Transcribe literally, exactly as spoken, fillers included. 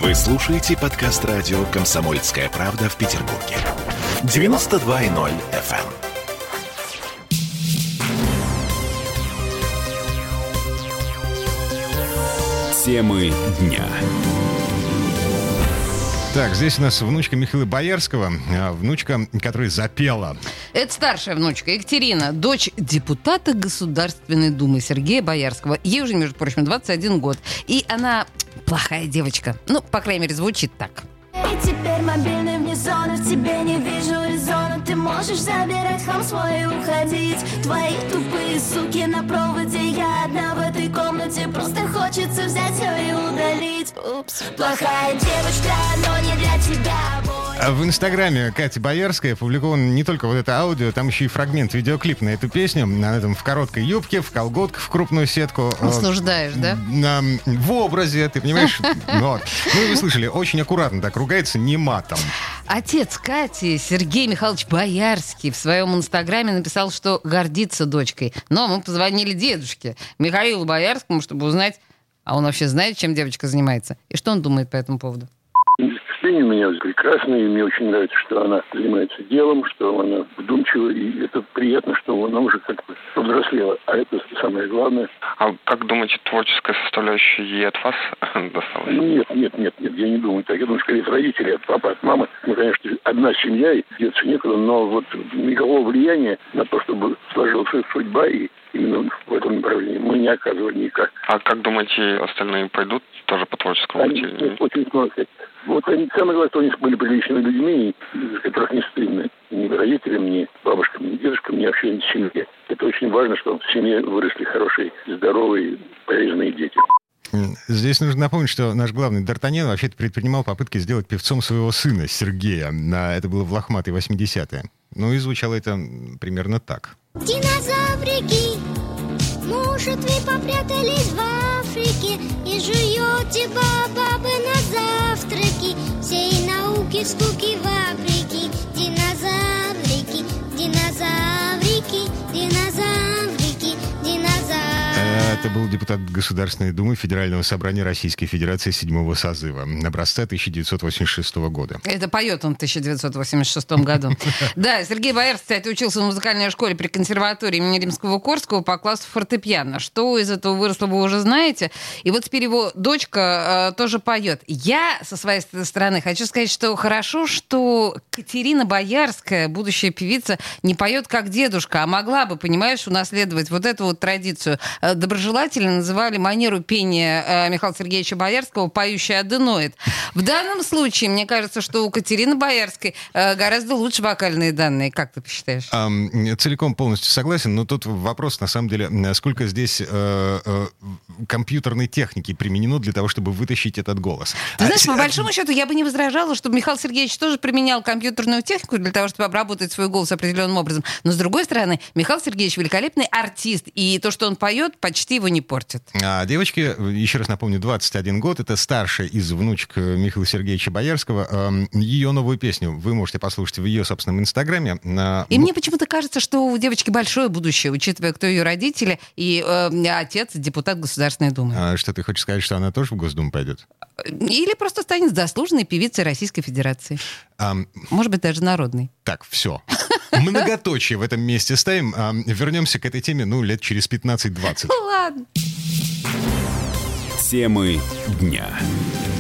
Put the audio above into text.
Вы слушаете подкаст радио «Комсомольская правда» в Петербурге. девяносто два и ноль эф эм. Темы дня. Так, здесь у нас внучка Михаила Боярского, внучка, которая запела. Это старшая внучка Екатерина, дочь депутата Государственной Думы Сергея Боярского. Ей уже, между прочим, двадцать один год. И она плохая девочка. Ну, по крайней мере, звучит так. И теперь мобильный вне зоны, в тебе не вижу резона. Ты можешь забирать хлам свой и уходить. Твои тупые суки на проводе, я одна в этой комнате. Просто хочется взять ее и удалить. Упс, плохая девочка, но не для тебя. В инстаграме Кати Боярской опубликован не только вот это аудио, там еще и фрагмент видеоклип на эту песню. Она там в короткой юбке, в колготках, в крупную сетку. Осуждаешь, да? В образе, ты понимаешь? Вот. Ну, вы слышали, очень аккуратно так ругается, не матом. Отец Кати, Сергей Михайлович Боярский, в своем инстаграме написал, что гордится дочкой. Но мы позвонили дедушке Михаилу Боярскому, чтобы узнать, а он вообще знает, чем девочка занимается, и что он думает по этому поводу. Впечатление у меня прекрасное, и мне очень нравится, что она занимается делом, что она вдумчива, и это приятно, что она уже как-то повзрослела, а это самое главное. А как думаете, творческая составляющая ей от вас досталась? Нет, нет, нет, нет, я не думаю так. Я думаю, скорее от родителей, от папы, от мамы. Мы, конечно, одна семья, и деться некуда, но вот никакого влияния на то, чтобы сложилась судьба, и именно в этом направлении мы не оказывали никак. А как думаете, остальные пойдут тоже по творческому пути? Они, очень сложно сказать. Вот они, самое главное, что они были приличными людьми, из которых не стыдно ни родителям, ни бабушкам, ни дедушкам, ни вообще ни семье. Это очень важно, чтобы в семье выросли хорошие, здоровые, полезные дети. Здесь нужно напомнить, что наш главный Д'Артаньян вообще-то предпринимал попытки сделать певцом своего сына Сергея. Это было в лохматые восьмидесятые. Ну и звучало это примерно так. Динозаврики, может, вы попрятались в Африке и жуете бабы на завтраки. Всей науки скуки в Африке. Динозаврики, динозаврики, динозаврики, динозаврики. Это был депутат Государственной Думы Федерального собрания Российской Федерации седьмого созыва, образца тысяча девятьсот восемьдесят шестого года. Это поет он в тысяча девятьсот восемьдесят шестом году. Да, Сергей Боярский, кстати, учился в музыкальной школе при консерватории имени Римского-Корского по классу фортепиано. Что из этого выросло, вы уже знаете. И вот теперь его дочка э, тоже поет. Я, со своей стороны, хочу сказать, что хорошо, что Катерина Боярская, будущая певица, не поет как дедушка, а могла бы, понимаешь, унаследовать вот эту вот традицию. Доброжелатели называли манеру пения э, Михаила Сергеевича Боярского «поющий аденоид». В данном случае, мне кажется, что у Катерины Боярской э, гораздо лучше вокальные данные. Как ты считаешь? Um, целиком полностью согласен, но тут вопрос, на самом деле, сколько здесь э, э, компьютерной техники применено для того, чтобы вытащить этот голос. Ты знаешь, по большому счету, я бы не возражала, чтобы Михаил Сергеевич тоже применял компьютерную технику для того, чтобы обработать свой голос определенным образом. Но, с другой стороны, Михаил Сергеевич великолепный артист, и то, что он поет, почти его не портит. А девочке, еще раз напомню, двадцать один год, это старшая из внучек Михаила Сергеевича Боярского. Ее новую песню вы можете послушать в ее собственном инстаграме. И мне почему-то кажется, что у девочки большое будущее, учитывая, кто ее родители, и э, отец депутат Государственной Думы. А что, ты хочешь сказать, что она тоже в Госдуму пойдет? Или просто станет заслуженной певицей Российской Федерации. А... Может быть, даже народной. Так, все. Многоточие в этом месте ставим. А, вернемся к этой теме, ну, лет через пятнадцать-двадцать. Ладно. Темы дня.